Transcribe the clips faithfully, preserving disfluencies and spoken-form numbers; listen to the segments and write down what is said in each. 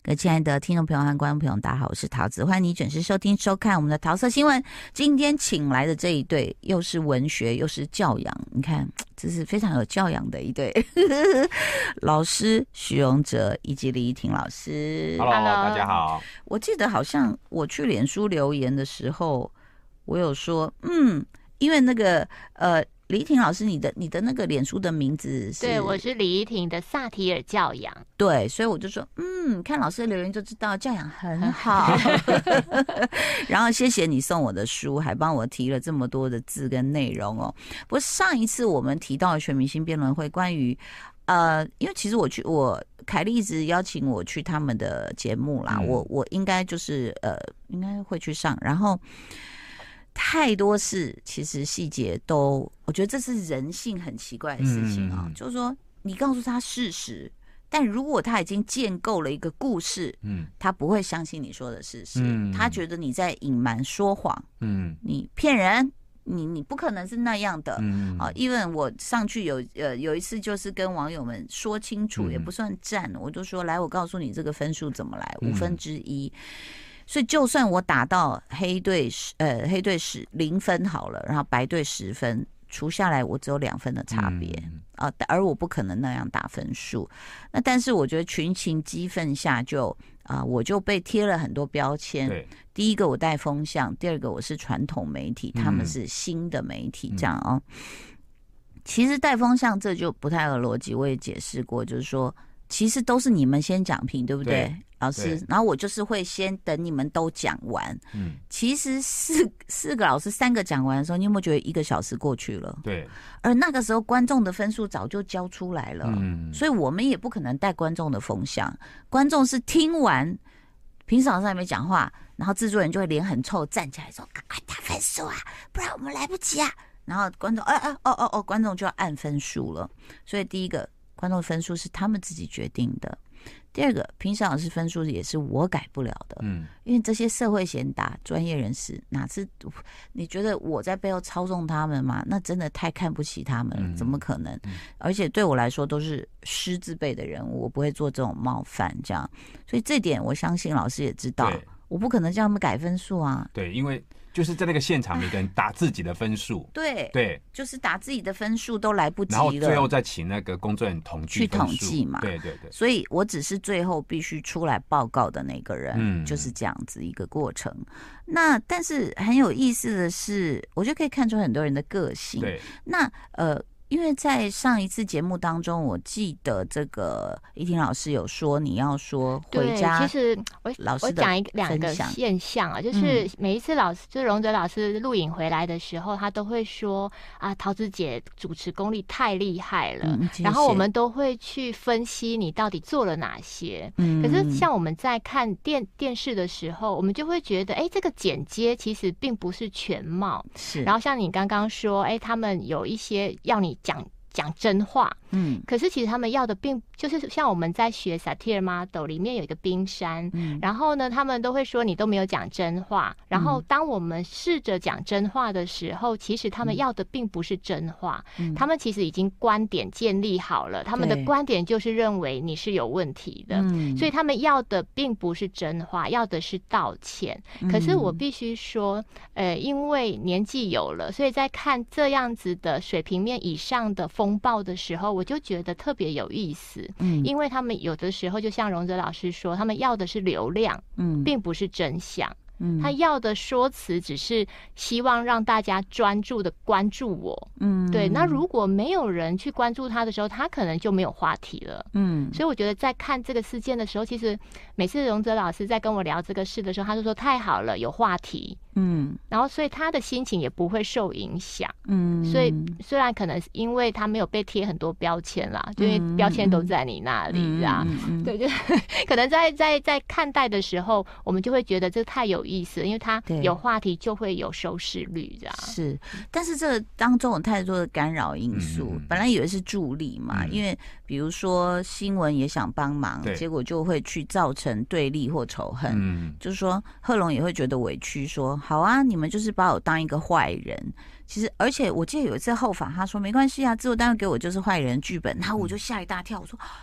各位亲爱的听众朋友和观众朋友，大家好，我是陶子，欢迎你准时收听收看我们的桃色新闻。今天请来的这一对，又是文学又是教养，你看这是非常有教养的一对老师许荣哲以及李依婷老师。 Hello， 大家好。 我记得好像我去脸书留言的时候，我有说嗯，因为那个呃李依婷老师，你的你的那个脸书的名字是？ 对，我是李依婷的萨提尔教养。 对，所以我就说，嗯，看老师的留言就知道教养很好。然后谢谢你送我的书，还帮我提了这么多的字跟内容哦。不过上一次我们提到的全明星辩论会，关于呃，因为其实我去我凯莉一直邀请我去他们的节目啦，嗯、我我应该就是呃，应该会去上，然后。太多事，其实细节都，我觉得这是人性很奇怪的事情啊、哦嗯。就是说，你告诉他事实，但如果他已经建构了一个故事，嗯，他不会相信你说的事实，嗯，他觉得你在隐瞒、说谎，嗯，你骗人，你你不可能是那样的，嗯啊。even 我上去有呃有一次就是跟网友们说清楚，嗯、也不算战，我就说来，我告诉你这个分数怎么来，五分之一。所以，就算我打到黑队呃黑队十零分好了，然后白队十分，除下来我只有两分的差别啊、嗯呃，而我不可能那样打分数。那但是我觉得群情激愤下就啊、呃，我就被贴了很多标签。第一个我带风向，第二个我是传统媒体，他们是新的媒体，这样哦。嗯、其实带风向这就不太合逻辑，我也解释过，就是说。其实都是你们先讲评，对不 对, 对老师？然后我就是会先等你们都讲完。嗯，其实四四个老师三个讲完的时候，你有没有觉得一个小时过去了？ 对。 而那个时候观众的分数早就交出来了，嗯，所以我们也不可能带观众的风向。观众是听完评审老师还没讲话，然后制作人就会脸很臭站起来说：“赶快打分数啊，不然我们来不及啊！”然后观众，哎哎哦哦哦，观众就要按分数了。所以第一个。观众分数是他们自己决定的。第二个，评审老师分数也是我改不了的。嗯，因为这些社会贤达、专业人士，哪次你觉得我在背后操纵他们吗？那真的太看不起他们了，嗯、怎么可能？嗯、而且对我来说都是师字辈的人物，我不会做这种冒犯，这样。所以这点我相信老师也知道，我不可能叫他们改分数啊。 对，因为。就是在那个现场，每个人打自己的分数， 对对， 就是打自己的分数都来不及了， 然后最后再请那个工作人员统计去统计嘛， 对对对， 所以我只是最后必须出来报告的那个人，嗯，就是这样子一个过程。那但是很有意思的是，我觉得可以看出很多人的个性。对，那呃。因为在上一次节目当中，我记得这个依婷老师有说你要说回家。 对，其实我老师我讲一两个现象啊，就是每一次老师，嗯、就是荣哲老师录影回来的时候，他都会说啊，桃子姐主持功力太厉害了，嗯、然后我们都会去分析你到底做了哪些。嗯，可是像我们在看电电视的时候，我们就会觉得，哎，这个剪接其实并不是全貌。是，然后像你刚刚说，哎，他们有一些要你。讲讲真话，嗯，可是其实他们要的并就是像我们在学 Satir Model 里面有一个冰山，嗯，然后呢，他们都会说你都没有讲真话，然后当我们试着讲真话的时候，其实他们要的并不是真话，嗯，他们其实已经观点建立好了，他们的观点就是认为你是有问题的，嗯，所以他们要的并不是真话，要的是道歉。嗯，可是我必须说，呃，因为年纪有了，所以在看这样子的水平面以上的风暴的时候，我就觉得特别有意思。嗯，因为他们有的时候就像荣哲老师说，他们要的是流量，嗯，并不是真相。嗯，他要的说辞只是希望让大家专注的关注我。嗯，对。那如果没有人去关注他的时候，他可能就没有话题了。嗯，所以我觉得在看这个事件的时候，其实每次荣哲老师在跟我聊这个事的时候，他就说太好了，有话题。嗯，然后所以他的心情也不会受影响。嗯，所以虽然可能因为他没有被贴很多标签啦，就因为标签都在你那里啊，嗯嗯嗯、对，就可能在在在看待的时候，我们就会觉得这太有意思了，因为他有话题就会有收视率，这样是。但是这个当中有太多的干扰因素，嗯、本来以为是助力嘛，嗯、因为比如说新闻也想帮忙，结果就会去造成对立或仇恨。嗯，就是说贺龙也会觉得委屈说。好啊，你们就是把我当一个坏人。其实，而且我记得有一次后访，他说没关系啊，制作单位给我就是坏人剧本，然后我就吓一大跳，我说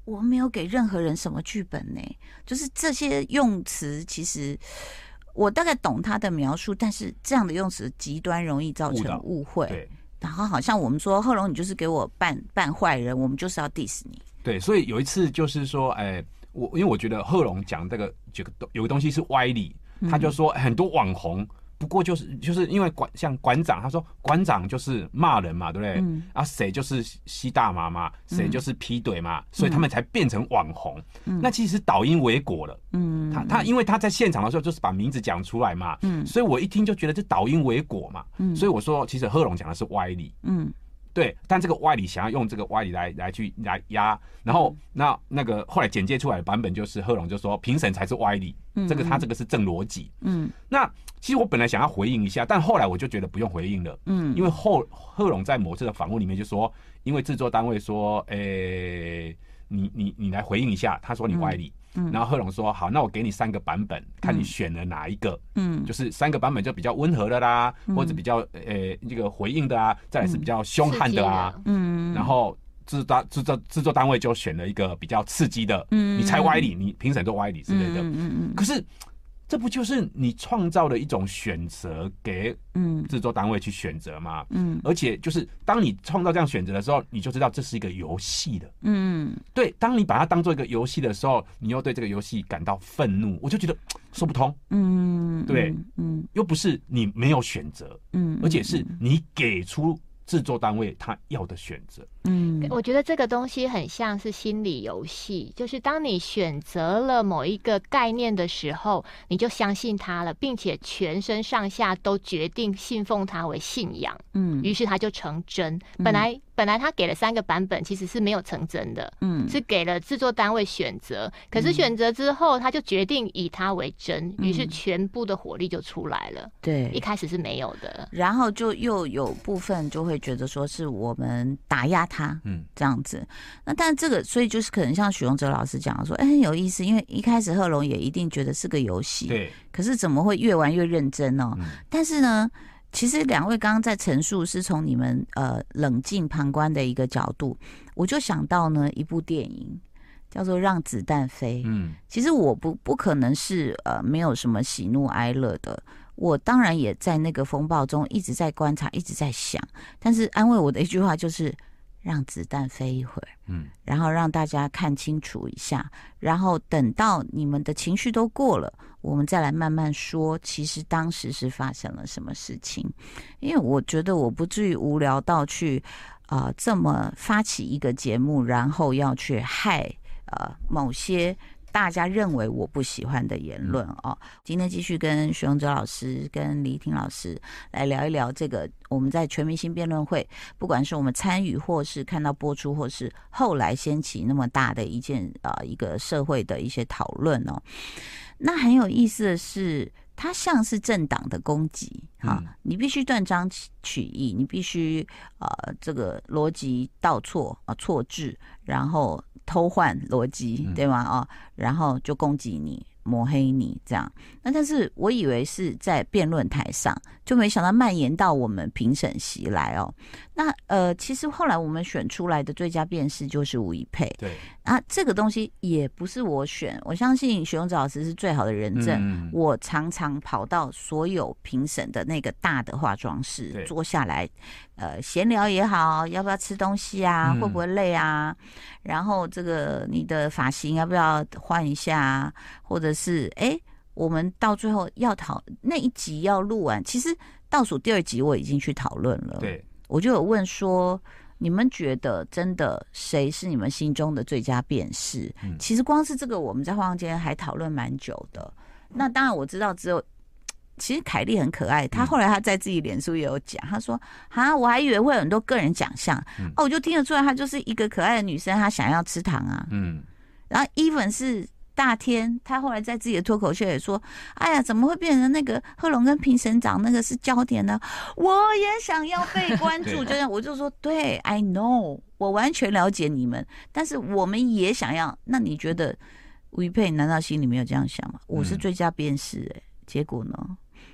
我没有给任何人什么剧本呢，就是这些用词其实我大概懂他的描述，但是这样的用词极端容易造成误会。 对， 然后好像我们说贺龙你就是给我扮扮坏人，我们就是要 diss 你。 对，所以有一次就是说，哎，我因为我觉得贺龙讲这个这个有个东西是歪理，他就说很多网红。不过就是就是因为馆像馆长，他说馆长就是骂人嘛，对不对？嗯、啊，谁就是吸大麻嘛，谁就是劈腿嘛，嗯、所以他们才变成网红。嗯、那其实倒因为果了。嗯，他他因为他在现场的时候就是把名字讲出来嘛，嗯，所以我一听就觉得这倒因为果嘛，嗯，所以我说其实贺龙讲的是歪理，嗯。对，但这个歪理想要用这个歪理来来去来压，然后那那个后来简介出来的版本就是贺龙就说评审才是歪理，嗯、这个他这个是正逻辑。嗯，那其实我本来想要回应一下，但后来我就觉得不用回应了。嗯，因为后贺龙在某次的访问里面就说，因为制作单位说，诶、欸，你你你来回应一下，他说你歪理。嗯嗯、然后贺龙说好，那我给你三个版本，看你选了哪一个。嗯，就是三个版本就比较温和的啦，嗯、或者比较呃这个回应的啊，再来是比较凶悍的啊。嗯，然后制作制作制作单位就选了一个比较刺激的。嗯，你猜歪理，你评审都歪理之类的。嗯嗯嗯。可是这不就是你创造的一种选择给制作单位去选择吗？嗯，而且就是当你创造这样选择的时候，你就知道这是一个游戏的。嗯，对，当你把它当做一个游戏的时候，你又对这个游戏感到愤怒，我就觉得说不通。嗯，对，嗯，又不是你没有选择，嗯，而且是你给出制作单位他要的选择。 嗯，我觉得这个东西很像是心理游戏，就是当你选择了某一个概念的时候，你就相信它了，并且全身上下都决定信奉它为信仰。嗯，于是它就成真。本来、嗯、本来他给了三个版本，其实是没有成真的。嗯，是给了制作单位选择，可是选择之后，他就决定以它为真，于、嗯、是全部的火力就出来了。对，一开始是没有的， 然后就又有部分就会觉得说是我们打压他。他，嗯，这样子，那但这个，所以就是可能像许荣哲老师讲的说，哎、欸，很有意思，因为一开始贺龙也一定觉得是个游戏，对，可是怎么会越玩越认真哦？嗯、但是呢，其实两位刚刚在陈述是从你们呃冷静旁观的一个角度，我就想到呢一部电影叫做《让子弹飞》，嗯，其实我不不可能是呃没有什么喜怒哀乐的。我当然也在那个风暴中一直在观察，一直在想，但是安慰我的一句话就是让子弹飞一会儿，嗯，然后让大家看清楚一下，然后等到你们的情绪都过了，我们再来慢慢说，其实当时是发生了什么事情。因为我觉得我不至于无聊到去呃这么发起一个节目，然后要去害呃某些大家认为我不喜欢的言论哦。今天继续跟徐荣哲老师跟李婷老师来聊一聊这个我们在全明星辩论会，不管是我们参与或是看到播出，或是后来掀起那么大的一件呃一个社会的一些讨论哦。那很有意思的是，它像是政党的攻击哈、嗯，你必须断章取义，你必须呃这个逻辑倒错啊错字，然后偷换逻辑，对吗？哦，然后就攻击你、抹黑你这样。那但是我以为是在辩论台上，就没想到蔓延到我们评审席来哦。那呃，其实后来我们选出来的最佳辩士就是吴怡佩，对啊，这个东西也不是我选，我相信许荣哲老师是最好的人证。嗯、我常常跑到所有评审的那个大的化妆室坐下来，呃，闲聊也好，要不要吃东西啊？嗯、会不会累啊？然后这个你的发型要不要换一下啊？或者是哎，我们到最后要讨那一集要录完，其实倒数第二集我已经去讨论了。对。我就有问说，你们觉得真的谁是你们心中的最佳辩士？嗯、其实光是这个，我们在化妆间还讨论蛮久的。那当然我知道，只有其实凯莉很可爱，她后来她在自己脸书也有讲，她说啊，我还以为会有很多个人奖项，嗯、哦，我就听得出来，她就是一个可爱的女生，她想要吃糖啊。嗯，然后 even 是。大天他后来在自己的脱口秀也说，哎呀，怎么会变成那个贺龙跟评审长那个是焦点呢？我也想要被关注。就像我就说，对 I know， 我完全了解你们，但是我们也想要。那你觉得吴怡佩难道心里没有这样想吗？我是最佳辩士、欸、结果呢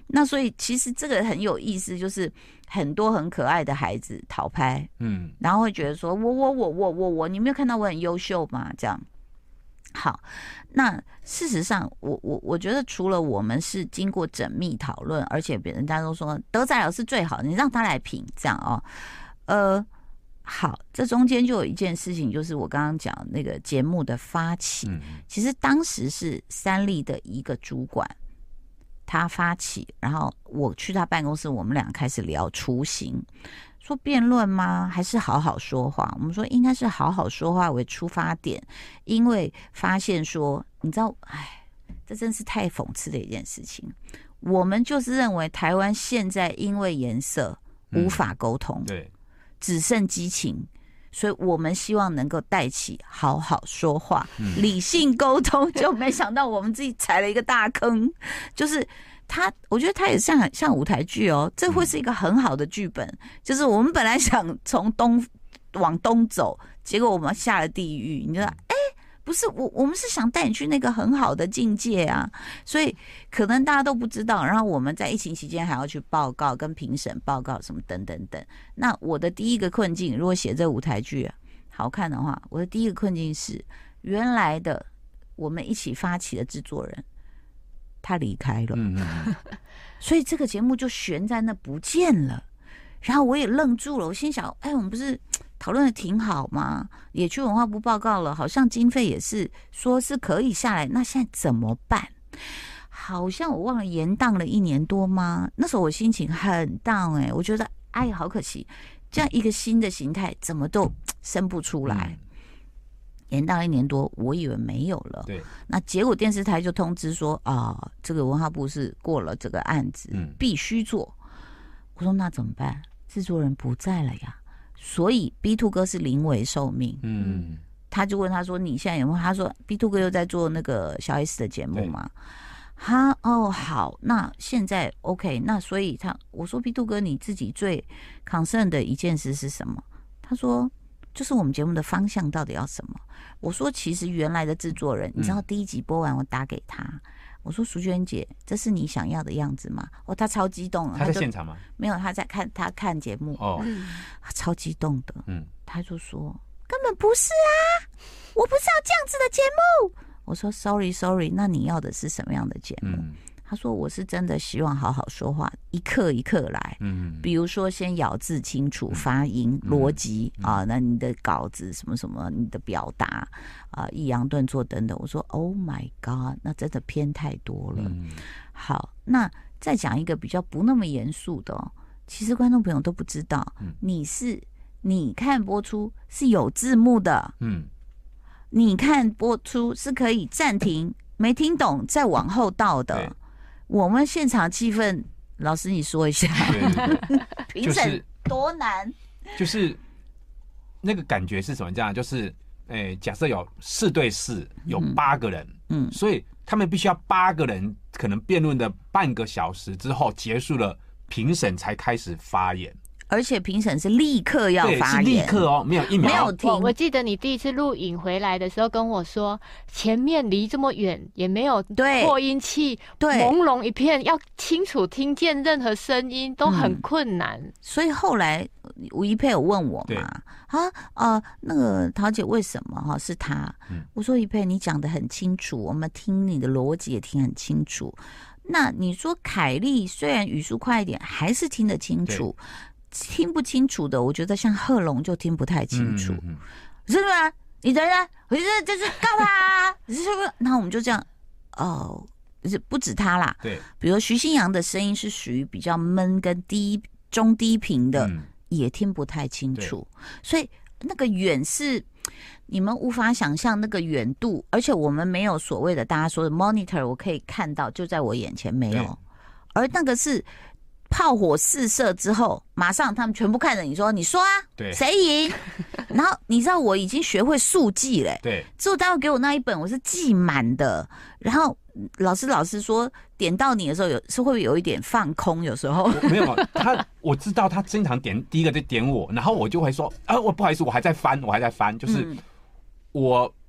那所以其实这个很有意思，就是很多很可爱的孩子讨拍，嗯，然后会觉得说我我我我我我，你没有看到我很优秀吗？这样。好，那事实上，我我我觉得除了我们是经过缜密讨论，而且别人大家都说德仔老师最好，你让他来评，这样哦，呃，好，这中间就有一件事情，就是我刚刚讲那个节目的发起，嗯、其实当时是三立的一个主管他发起，然后我去他办公室，我们俩开始聊雏形。说辩论吗？还是好好说话？我们说应该是好好说话为出发点，因为发现说，你知道，哎，这真是太讽刺的一件事情。我们就是认为台湾现在因为颜色无法沟通，嗯、对，只剩激情，所以我们希望能够带起好好说话、嗯、理性沟通，就没想到我们自己踩了一个大坑，就是。他，我觉得他也像像舞台剧哦，这会是一个很好的剧本。嗯、就是我们本来想从东往东走，结果我们下了地狱。你知道，哎，不是我，我们是想带你去那个很好的境界啊。所以可能大家都不知道。然后我们在疫情期间还要去报告、跟评审报告什么等等等。那我的第一个困境，如果写这舞台剧、啊、好看的话，我的第一个困境是，原来的我们一起发起的制作人。他离开了，嗯嗯所以这个节目就悬在那不见了。然后我也愣住了，我心想：哎，我们不是讨论的挺好吗？也去文化部报告了，好像经费也是说是可以下来，那现在怎么办？好像我忘了延宕了一年多吗？那时候我心情很荡哎、欸，我觉得哎，好可惜，这样一个新的形态怎么都生不出来。嗯延宕一年多，我以为没有了。对，那结果电视台就通知说啊，这个文化部是过了这个案子，嗯、必须做。我说那怎么办？制作人不在了呀，所以 B 二 哥是临危受命。嗯，他就问他说：“你现在有没有？”他说 ：“B 二 哥又在做那个小 S 的节目嘛。”他哦好，那现在 OK， 那所以他我说 B 二 哥你自己最 concern 的一件事是什么？他说。就是我们节目的方向到底要什么？我说其实原来的制作人，你知道第一集播完我打给他，我说淑娟姐，这是你想要的样子吗？哦，他超激动了。 他在现场吗？ 没有，他在看他看节目。哦，他超激动的。嗯，他就说根本不是啊，我不是要这样子的节目。我说 sorry sorry， 那你要的是什么样的节目？嗯他说：“我是真的希望好好说话，一刻一刻来。嗯，比如说先咬字清楚、发音、嗯、逻辑、嗯、啊，那你的稿子什么什么，你的表达啊，抑扬顿挫等等。”我说 ：“Oh my god， 那真的偏太多了。嗯”好，那再讲一个比较不那么严肃的、哦，其实观众朋友都不知道，嗯、你是你看播出是有字幕的，嗯，你看播出是可以暂停，没听懂再往后倒的。我们现场气氛，老师你说一下，评审多难？ 就是那个感觉是什么？这样就是，诶、欸，假设有四对四，有八个人，嗯，所以他们必须要八个人，可能辩论的半个小时之后结束了，评审才开始发言。 而且评审是立刻要发言， 是立刻哦，没有一秒， 没有停。 我, 我记得你第一次录影回来的时候跟我说，前面离这么远，也没有扩音器，对，朦胧一片，要清楚听见任何声音都很困难。嗯、 所以后来吴一佩有问我嘛，啊呃，那个桃姐为什么哈是他？嗯、我说一佩，你讲得很清楚，我们听你的逻辑也听很清楚。那你说凯莉虽然语速快一点，还是听得清楚。听不清楚的，我觉得像贺龙就听不太清楚，嗯嗯嗯是不是？你人呢？我觉得就是告他、啊，是不是？那我们就这样，哦，不止他啦，对，比如徐新阳的声音是属于比较闷跟低中低频的，嗯、也听不太清楚，所以那个远是你们无法想象那个远度，而且我们没有所谓的大家说的 monitor， 我可以看到就在我眼前没有，而那个是。炮火四射之后，马上他们全部看着你说：“你说啊，谁赢？”然后你知道我已经学会速记嘞，对，之后待会给我那一本我是记满的。然后老师老师说点到你的时候有是会不会有一点放空？有时候没有他，我知道他经常点第一个就点我，然后我就会说：“啊，我不好意思，我还在翻，我还在翻。”就是、嗯、我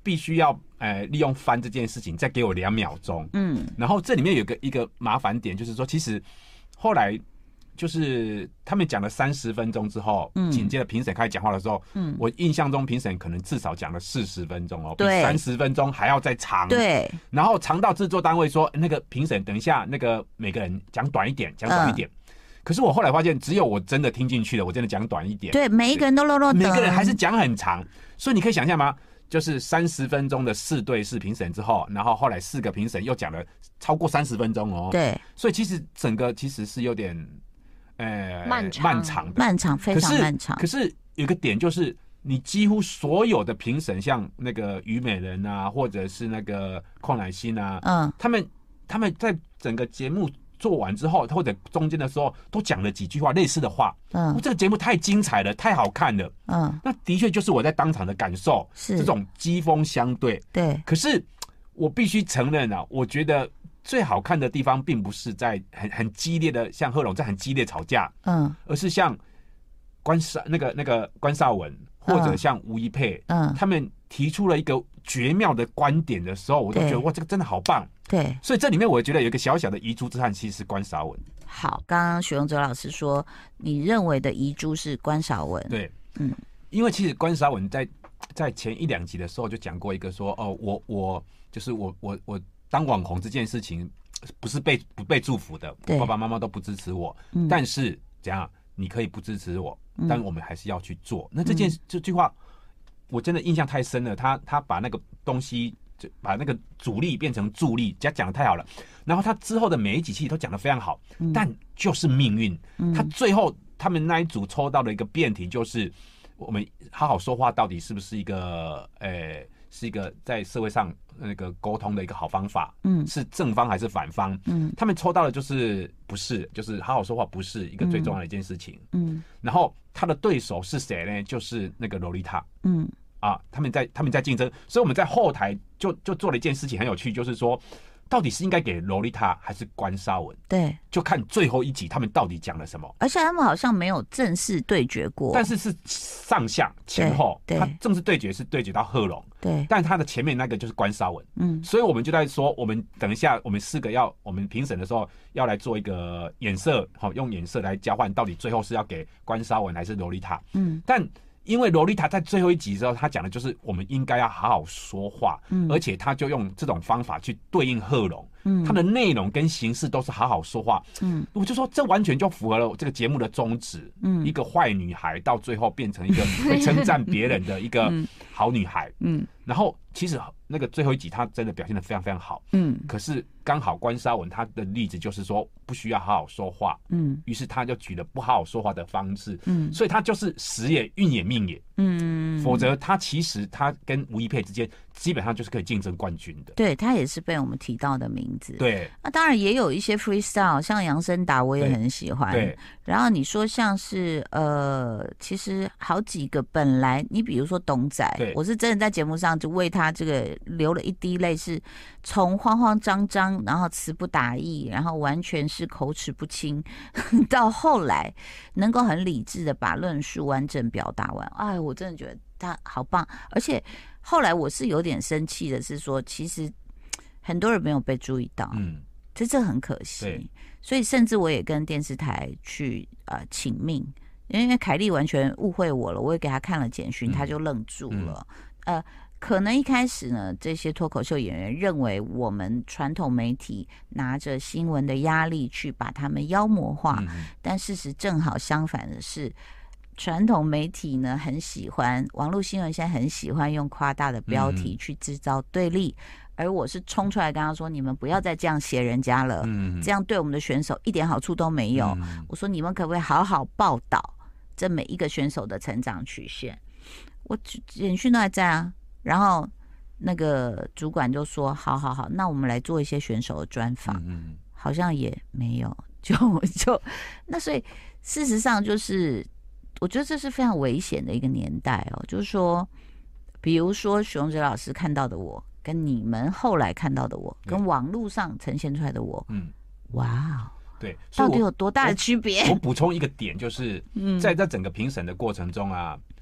必须要呃利用翻这件事情，再给我两秒钟。嗯，然后这里面有个一个麻烦点，就是说，其实后来就是他们讲了三十分钟之后，嗯，紧接着评审开始讲话的时候，嗯，我印象中评审可能至少讲了四十分钟哦，比三十分钟还要再长。对，然后长到制作单位说，那个评审等一下，那个每个人讲短一点，讲短一点。嗯，可是我后来发现，只有我真的听进去了，我真的讲短一点。对，每一个人都啰啰，每个人还是讲很长，所以你可以想象吗？就是三十分钟的四对式评审之后，然后后来四个评审又讲了超过三十分钟哦。对，所以其实整个其实是有点呃漫长漫长的，漫长非常漫长。可是有个点就是，你几乎所有的评审，像那个虞美人啊，或者是那个寇乃馨啊，嗯，他们他们在整个节目做完之后，或者中间的时候，都讲了几句话类似的话。嗯，这个节目太精彩了，太好看了。嗯，那的确就是我在当场的感受，是这种激风相对。对，可是我必须承认啊，我觉得最好看的地方，并不是在很很激烈的像贺龙在很激烈吵架，嗯，而是像关少那个那个关少文，或者像吴怡佩，嗯，他们提出了一个绝妙的观点的时候，我都觉得哇，这个真的好棒。对，所以这里面我觉得有一个小小的遗珠之憾，其实是关少文。好，刚刚许荣哲老师说，你认为的遗珠是关少文。对，嗯，因为其实关少文在在前一两集的时候就讲过一个说，哦，我我就是我我我当网红这件事情不是被不被祝福的，我爸爸妈妈都不支持我，嗯，但是怎样，你可以不支持我，但我们还是要去做。嗯，那这件这句话，我真的印象太深了。他他把那个东西。把那个阻力变成助力，讲讲的太好了。然后他之后的每一集其实都讲得非常好，嗯，但就是命运，嗯。他最后他们那一组抽到的一个辩题，就是我们好好说话到底是不是一个，呃，是一个在社会上那个沟通的一个好方法？嗯，是正方还是反方？嗯，他们抽到的就是不是，就是好好说话不是一个最重要的一件事情。嗯，然后他的对手是谁呢？就是那个洛丽塔。嗯。啊，他们在他们在竞争，所以我们在后台就就做了一件事情很有趣，就是说，到底是应该给洛丽塔还是关少文？对，就看最后一集他们到底讲了什么。而且他们好像没有正式对决过，但是是上下前后，他正式对决是对决到贺龙，对，但他的前面那个就是关少文，嗯，所以我们就在说，我们等一下我们四个要我们评审的时候要来做一个眼色，好，用眼色来交换，到底最后是要给关少文还是洛丽塔？嗯，但。因为洛丽塔在最后一集的时候，他讲的就是我们应该要好好说话，嗯，而且他就用这种方法去对应贺龙，嗯，他的内容跟形式都是好好说话，嗯，我就说这完全就符合了这个节目的宗旨，嗯，一个坏女孩到最后变成一个会称赞别人的一个好女孩，嗯，然后其实那个最后一集他真的表现得非常非常好，嗯，可是刚好关少文他的例子就是说不需要好好说话，嗯，于是他就举了不好好说话的方式，嗯，所以他就是时也运也命也，嗯，否则他其实他跟吴怡佩之间基本上就是可以竞争冠军的，对，他也是被我们提到的名字，对，那当然也有一些 freestyle， 像杨森达我也很喜欢，对，然后你说像是呃，其实好几个本来你比如说董仔，我是真的在节目上就为他这个流了一滴泪，是从慌慌张张，然后词不达意，然后完全是口齿不清，到后来能够很理智的把论述完整表达完，哎，我真的觉得他好棒。而且后来我是有点生气的，是说其实很多人没有被注意到，嗯，这这很可惜。所以甚至我也跟电视台去呃请命，因为凯莉完全误会我了，我也给他看了简讯，他就愣住了，嗯、呃。可能一开始呢，这些脱口秀演员认为我们传统媒体拿着新闻的压力去把他们妖魔化，嗯，但事实正好相反的是，传统媒体呢很喜欢，网络新闻现在很喜欢用夸大的标题去制造对立，嗯，而我是衝出来跟他说，你们不要再这样写人家了，嗯，这样对我们的选手一点好处都没有，嗯，我说你们可不可以好好报道这每一个选手的成长曲线？我简讯都还在啊。然后那个主管就说好好好，那我们来做一些选手的专访，嗯，好像也没有，就就那所以事实上就是我觉得这是非常危险的一个年代哦，就是说比如说许荣哲老师看到的我跟你们后来看到的我跟网络上呈现出来的我，嗯，哇，对，到底有多大的区别？我补充一个点，就是在这整个评审的过程中啊，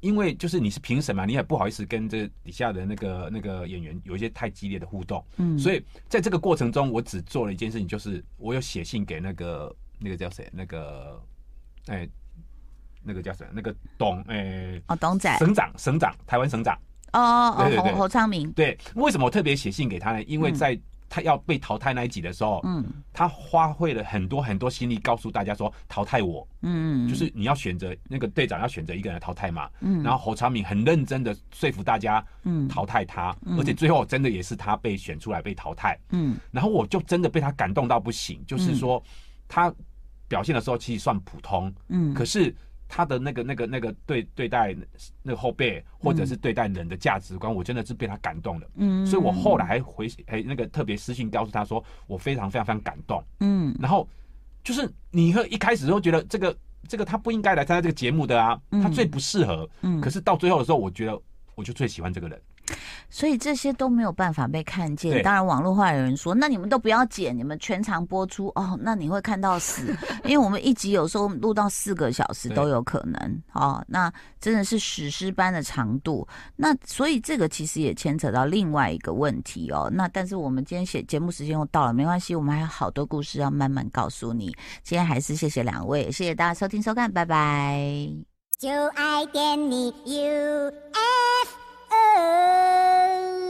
因为就是你是评审嘛，你也不好意思跟这底下的那个那个演员有一些太激烈的互动，嗯，所以在这个过程中，我只做了一件事情，就是我有写信给那个那个叫谁，那个哎、欸、那个叫谁，那个董哎、欸、 哦董仔省长省长台湾省长哦哦侯侯昌明， 对，为什么我特别写信给他呢？因为在、嗯他要被淘汰那一集的时候，嗯，他花费了很多很多心力告诉大家说淘汰我，嗯，就是你要选择那个队长要选择一个人来淘汰嘛，嗯，然后侯昌明很认真的说服大家，嗯，淘汰他，嗯，而且最后真的也是他被选出来被淘汰，嗯，然后我就真的被他感动到不行，就是说他表现的时候其实算普通，嗯，可是他的那个、那个、那个对对待那个后辈，或者是对待人的价值观，我真的是被他感动了。嗯，所以我后来还回还那个特别私信告诉他说，我非常非常非常感动。嗯，然后就是你会一开始都觉得这个这个他不应该来参加这个节目的啊，他最不适合。嗯，可是到最后的时候，我觉得我就最喜欢这个人。 所以这些都没有办法被看见。当然，网络化有人说，那你们都不要剪，你们全场播出哦，那你会看到死，因为我们一集有时候录到四个小时都有可能哦。那真的是史诗般的长度。那所以这个其实也牵扯到另外一个问题哦。那但是我们今天写节目时间又到了，没关系，我们还有好多故事要慢慢告诉你。今天还是谢谢两位，谢谢大家收听收看，拜拜。就爱点你 U F O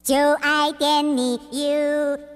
就爱点你 U。